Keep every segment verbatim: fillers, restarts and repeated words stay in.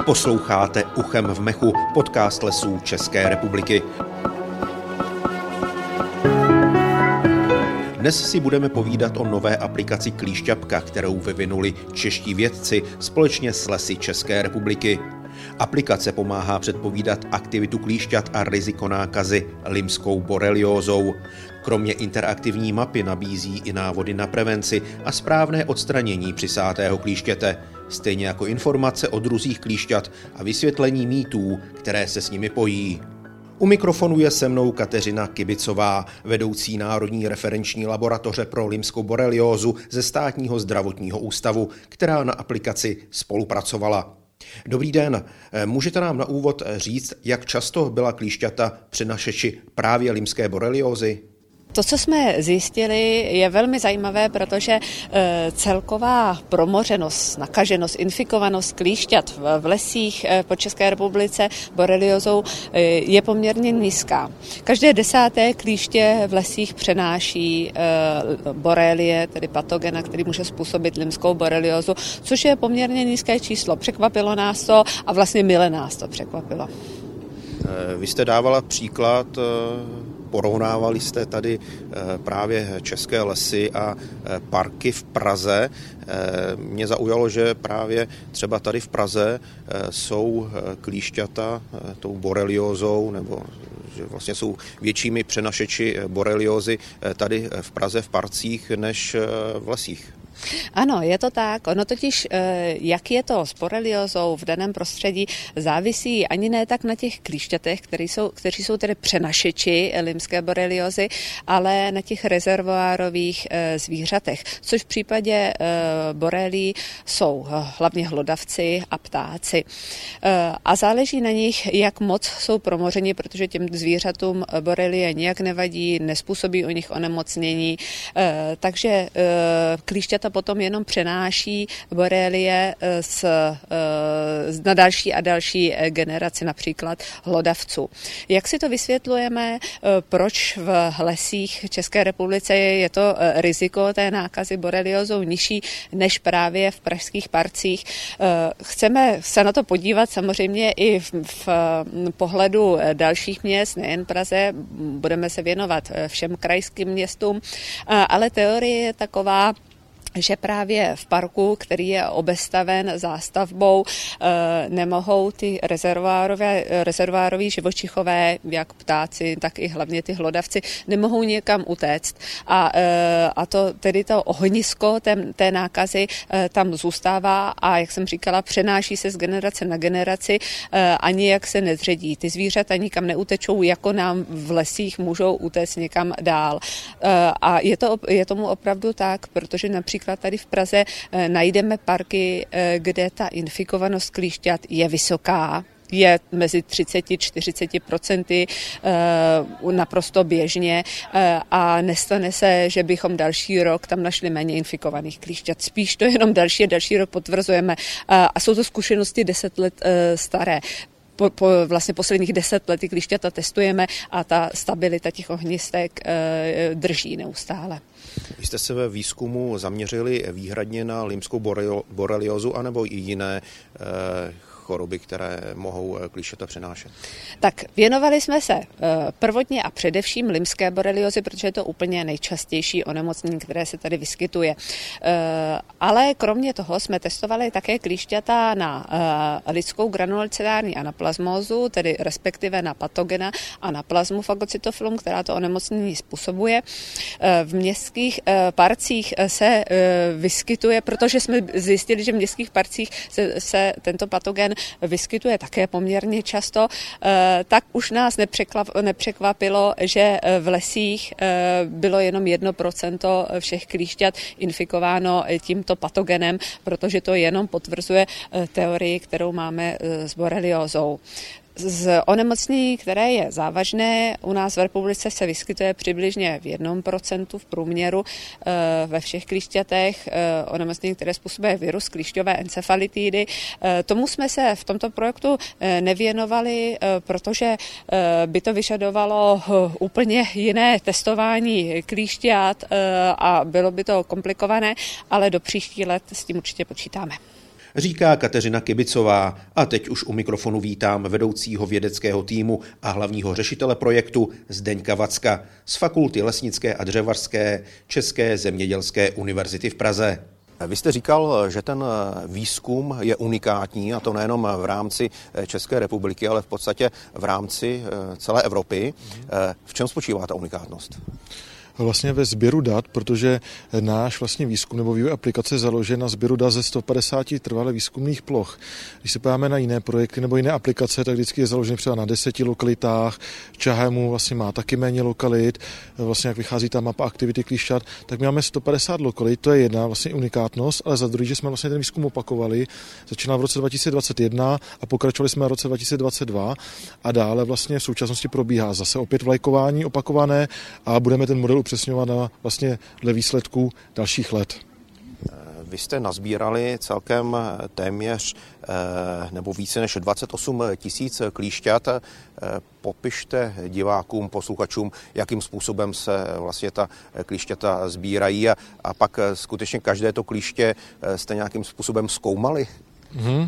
Posloucháte Uchem v mechu, podcast Lesů České republiky. Dnes si budeme povídat o nové aplikaci Klíšťapka, kterou vyvinuli čeští vědci společně s Lesy České republiky. Aplikace pomáhá předpovídat aktivitu klíšťat a riziko nákazy limskou boreliózou. Kromě interaktivní mapy nabízí i návody na prevenci a správné odstranění přisátého klíštěte, stejně jako informace o druzích klíšťat a vysvětlení mýtů, které se s nimi pojí. U mikrofonu je se mnou Kateřina Kibicová, vedoucí Národní referenční laboratoře pro limskou boreliózu ze Státního zdravotního ústavu, která na aplikaci spolupracovala. Dobrý den, můžete nám na úvod říct, jak často byla klíšťata přenašeči právě limské boreliózy? To, co jsme zjistili, je velmi zajímavé, protože celková promořenost, nakaženost, infikovanost klíšťat v lesích po České republice boreliózou je poměrně nízká. Každé desáté klíště v lesích přenáší borelie, tedy patogena, který může způsobit limskou boreliózu, což je poměrně nízké číslo. Překvapilo nás to a vlastně mile nás to překvapilo. Vy jste dávala příklad, porovnávali jste tady právě české lesy a parky v Praze. Mě zaujalo, že právě třeba tady v Praze jsou klíšťata tou boreliózou, nebo že vlastně jsou většími přenašeči boreliózy tady v Praze v parcích než v lesích. Ano, je to tak. Ono totiž, jak je to s boreliózou v daném prostředí, závisí ani ne tak na těch klíšťatech, kteří jsou, kteří jsou tedy přenašeči limské boreliózy, ale na těch rezervoárových zvířatech, což v případě borelí jsou hlavně hlodavci a ptáci. A záleží na nich, jak moc jsou promořeni, protože těm zvířatům borelie nijak nevadí, nespůsobí u nich onemocnění, takže klíšťata potom jenom přenáší borelie z, na další a další generaci, například hlodavců. Jak si to vysvětlujeme, proč v lesích České republice je to riziko té nákazy boreliózou nižší než právě v pražských parcích? Chceme se na to podívat samozřejmě i v, v pohledu dalších měst, nejen Praze, budeme se věnovat všem krajským městům, ale teorie je taková, že právě v parku, který je obestaven zástavbou, nemohou ty rezervoárové, rezervoároví živočichové, jak ptáci, tak i hlavně ty hlodavci, nemohou někam utéct. A, a to tedy to ohnisko té, té nákazy tam zůstává a, jak jsem říkala, přenáší se z generace na generaci, ani jak se nezředí. Ty zvířata nikam neutečou, jako nám v lesích můžou utéct někam dál. A je, to, je tomu opravdu tak, protože například tady v Praze najdeme parky, kde ta infikovanost klíšťat je vysoká, je mezi třicet až čtyřicet procent naprosto běžně a nestane se, že bychom další rok tam našli méně infikovaných klíšťat. Spíš to jenom další a další rok potvrzujeme a jsou to zkušenosti deset let staré. Po, po vlastně posledních deset let klíšťata testujeme a ta stabilita těch ohnistek e, drží neustále. Vy jste se ve výzkumu zaměřili výhradně na limskou boreliózu anebo i jiné e, choroby, které mohou klíšťata přenášet? Tak věnovali jsme se prvotně a především limské boreliózy, protože je to úplně nejčastější onemocnění, které se tady vyskytuje. Ale kromě toho jsme testovali také klíšťata na lidskou granulocitární anaplazmózu, tedy respektive na patogena anaplazmu fagocytofilum, která to onemocnění způsobuje. V městských parcích se vyskytuje, protože jsme zjistili, že v městských parcích se, se tento patogen vyskytuje také poměrně často, tak už nás nepřekvapilo, že v lesích bylo jenom jedno procento všech klíšťat infikováno tímto patogenem, protože to jenom potvrzuje teorii, kterou máme s boreliózou. Z onemocnění, které je závažné, u nás v republice se vyskytuje přibližně v jednom procentu v průměru ve všech klíšťatech, onemocnění, které způsobuje virus klíšťové encefalitidy. Tomu jsme se v tomto projektu nevěnovali, protože by to vyžadovalo úplně jiné testování klíšťat a bylo by to komplikované, ale do příští let s tím určitě počítáme. říká Kateřina Kibicová a teď už u mikrofonu vítám vedoucího vědeckého týmu a hlavního řešitele projektu Zdeňka Vacka z Fakulty lesnické a dřevařské České zemědělské univerzity v Praze. Vy jste říkal, že ten výzkum je unikátní, a to nejenom v rámci České republiky, ale v podstatě v rámci celé Evropy. V čem spočívá ta unikátnost? Vlastně ve sběru dat, protože náš vlastně výzkum nebo vývoj aplikace je založen na sběru dat ze sto padesáti trvale výzkumných ploch. Když se podíváme na jiné projekty nebo jiné aplikace, tak vždycky je založen třeba na deseti lokalitách. Čahemu vlastně má taky méně lokalit, vlastně jak vychází ta mapa aktivity klíšťat, tak my máme sto padesát lokalit, to je jedna vlastně unikátnost, ale za druhý, že jsme vlastně ten výzkum opakovali. Začínal v roce dva tisíce dvacet jedna a pokračovali jsme v roce dva tisíce dvacet dva a dále vlastně v současnosti probíhá zase opět vlajkování opakované a budeme ten model upřesňovat na vlastně dle výsledků dalších let. Vy jste nazbírali celkem téměř nebo více než dvacet osm tisíc klíšťat. Popište divákům, posluchačům, jakým způsobem se vlastně ta klíšťata sbírají a, a pak skutečně každé to klíště jste nějakým způsobem zkoumali? Hmm.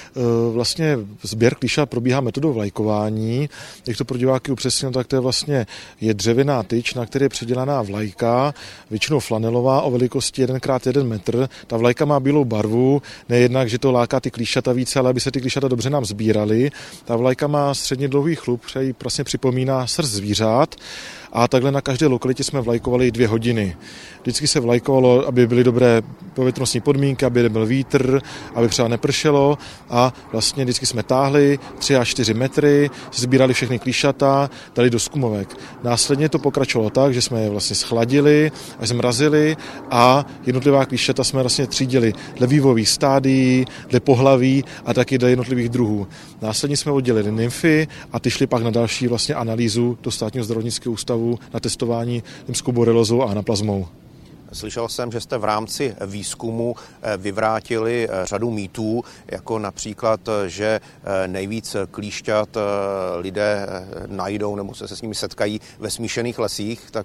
Vlastně sběr klíšťat probíhá metodou vlajkování. Jak to pro diváky upřesnil, tak to je vlastně je dřevěná tyč, na které je předělaná vlajka, většinou flanelová o velikosti jeden krát jeden metr. Ta vlajka má bílou barvu, nejednak, že to láká ty klíšťata více, ale aby se ty klíšťata dobře nám sbíraly. Ta vlajka má středně dlouhý chlup, který vlastně připomíná srst zvířat. A takhle na každé lokalitě jsme vlajkovali dvě hodiny. Vždycky se vlajkovalo, aby byly dobré povětrnostní podmínky, aby nebyl vítr, aby třeba nepršelo a vlastně vždycky jsme táhli tři až čtyři metry, sbírali všechny klíšťata, dali do skumovek. Následně to pokračovalo tak, že jsme je vlastně schladili a zmrazili a jednotlivá klíšťata jsme vlastně třídili dle vývojových stádií, dle pohlaví a taky dle jednotlivých druhů. Následně jsme oddělili nymfy a ty šly pak na další vlastně analýzu do Státního zdravotnického ústavu na testování lymskou borelózou a anaplazmou. Slyšel jsem, že jste v rámci výzkumu vyvrátili řadu mýtů, jako například, že nejvíc klíšťat lidé najdou nebo se, se s nimi setkají ve smíšených lesích, tak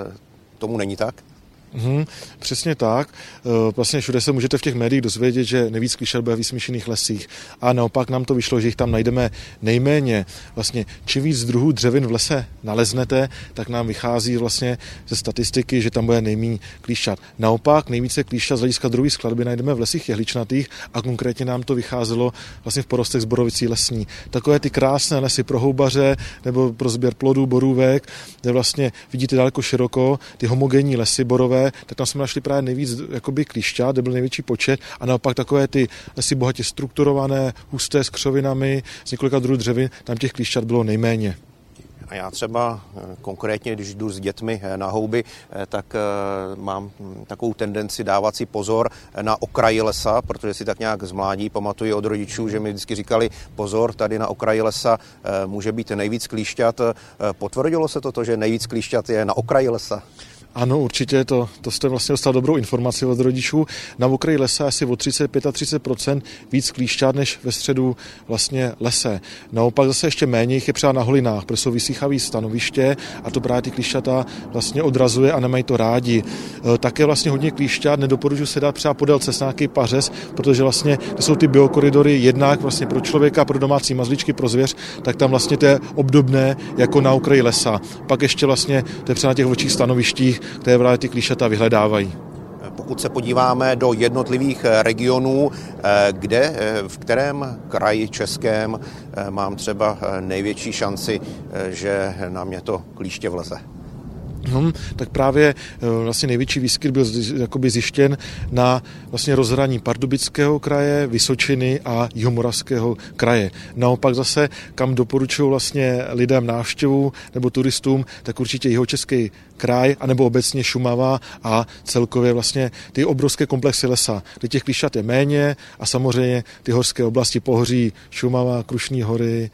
tomu není tak? Hmm, přesně tak. Vlastně všude se můžete v těch médiích dozvědět, že nejvíc klíšťat bude v vysmíšených lesích. A naopak nám to vyšlo, že jich tam najdeme nejméně. Vlastně čím víc druhů dřevin v lese naleznete, tak nám vychází vlastně ze statistiky, že tam bude nejméně klíšťat. Naopak nejvíce klíšťat z hlediska druhové skladby najdeme v lesích jehličnatých a konkrétně nám to vycházelo vlastně v porostech z borovicí lesní. Takové ty krásné lesy pro houbaře nebo pro sběr plodů, borůvek, kde vlastně vidíte daleko široko ty homogenní lesy borové, tak tam jsme našli právě nejvíc jakoby klíšťat, kde byl největší počet a naopak takové ty lesy bohatě strukturované, husté s křovinami, z několika druhů dřevin, tam těch klíšťat bylo nejméně. A já třeba konkrétně, když jdu s dětmi na houby, tak mám takovou tendenci dávat si pozor na okraji lesa, protože si tak nějak z mládí pamatuji od rodičů, že mi vždycky říkali pozor, tady na okraji lesa může být nejvíc klíšťat. Potvrdilo se toto, že nejvíc klíšťat je na okraji lesa? Ano, určitě, to, to jste vlastně dostal dobrou informaci od rodičů. Na okraji lesa asi o třicet až třicet pět procent víc klíšťat než ve středu vlastně lese. Naopak zase ještě méně jich je třeba na holinách, protože jsou vysychavé stanoviště a to právě ty klíšťata vlastně odrazuje a nemají to rádi. Také vlastně hodně klíšťat nedoporučuji se dát třeba podél cest nějaký pařez, protože vlastně to jsou ty biokoridory jednak vlastně pro člověka, pro domácí mazlíčky, pro zvěř, tak tam vlastně to je obdobné jako na okraji lesa. Pak ještě vlastně to je třeba na těch vlčích stanovištích, které právě ty klíšťata vyhledávají. Pokud se podíváme do jednotlivých regionů, kde, v kterém kraji českém mám třeba největší šanci, že na mě to klíště vleze? Hmm, tak právě vlastně největší výskyt byl jakoby zjištěn na vlastně rozhraní Pardubického kraje, Vysočiny a Jihomoravského kraje. Naopak zase, kam doporučují vlastně lidem návštěvu nebo turistům, tak určitě Jihočeský kraj, anebo obecně Šumava a celkově vlastně ty obrovské komplexy lesa, kde těch klíšťat je méně a samozřejmě ty horské oblasti Pohoří, Šumava, Krušní hory,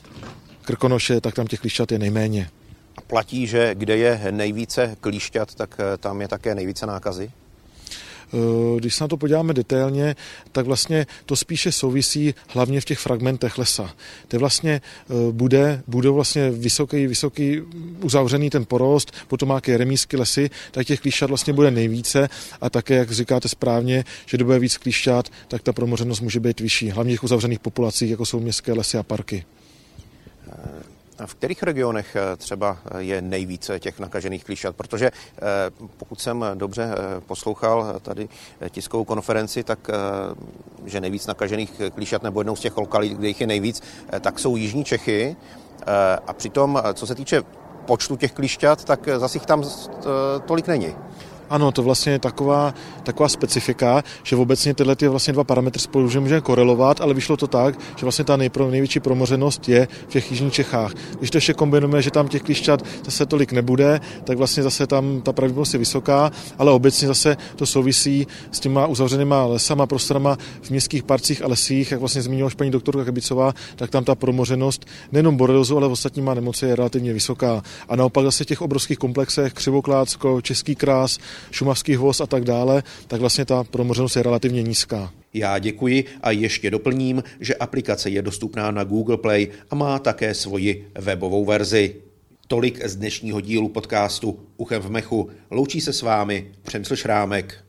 Krkonoše, tak tam těch klíšťat je nejméně. A platí, že kde je nejvíce klíšťat, tak tam je také nejvíce nákazy? Když se na to podíváme detailně, tak vlastně to spíše souvisí hlavně v těch fragmentech lesa. Kde vlastně bude, bude vlastně vysoký, vysoký uzavřený ten porost, potom nějaké remízky lesy, tak těch klíšťat vlastně bude nejvíce a také, jak říkáte správně, že kde bude víc klíšťat, tak ta promořenost může být vyšší, hlavně v těch uzavřených populacích, jako jsou městské lesy a parky. V kterých regionech třeba je nejvíce těch nakažených klíšťat? Protože pokud jsem dobře poslouchal tady tiskovou konferenci, tak že nejvíc nakažených klíšťat nebo jednou z těch lokalit, kde jich je nejvíc, tak jsou jižní Čechy. A přitom, co se týče počtu těch klíšťat, tak zase jich tam tolik není. Ano, to vlastně je taková, taková specifika, že obecně tyhle ty vlastně dva parametry spolu můžeme korelovat, ale vyšlo to tak, že vlastně ta nejpro, největší promořenost je v těch jižních Čechách. Když to ještě kombinujeme, že tam těch klíšťat zase tolik nebude, tak vlastně zase tam ta pravděpodobnost je vysoká, ale obecně zase to souvisí s těma uzavřenýma lesama, prostorama v městských parcích a lesích, jak vlastně zmínila paní doktorka Kabicová, tak tam ta promořenost nejenom boreliozu, ale ostatníma nemoci je relativně vysoká. A naopak zase v těch obrovských komplexech Křivoklátsko, Český Krás, Šumavský hvozd a tak dále, tak vlastně ta promořenost je relativně nízká. Já děkuji a ještě doplním, že aplikace je dostupná na Google Play a má také svoji webovou verzi. Tolik z dnešního dílu podcastu Uchem v mechu. Loučí se s vámi Přemysl Šrámek.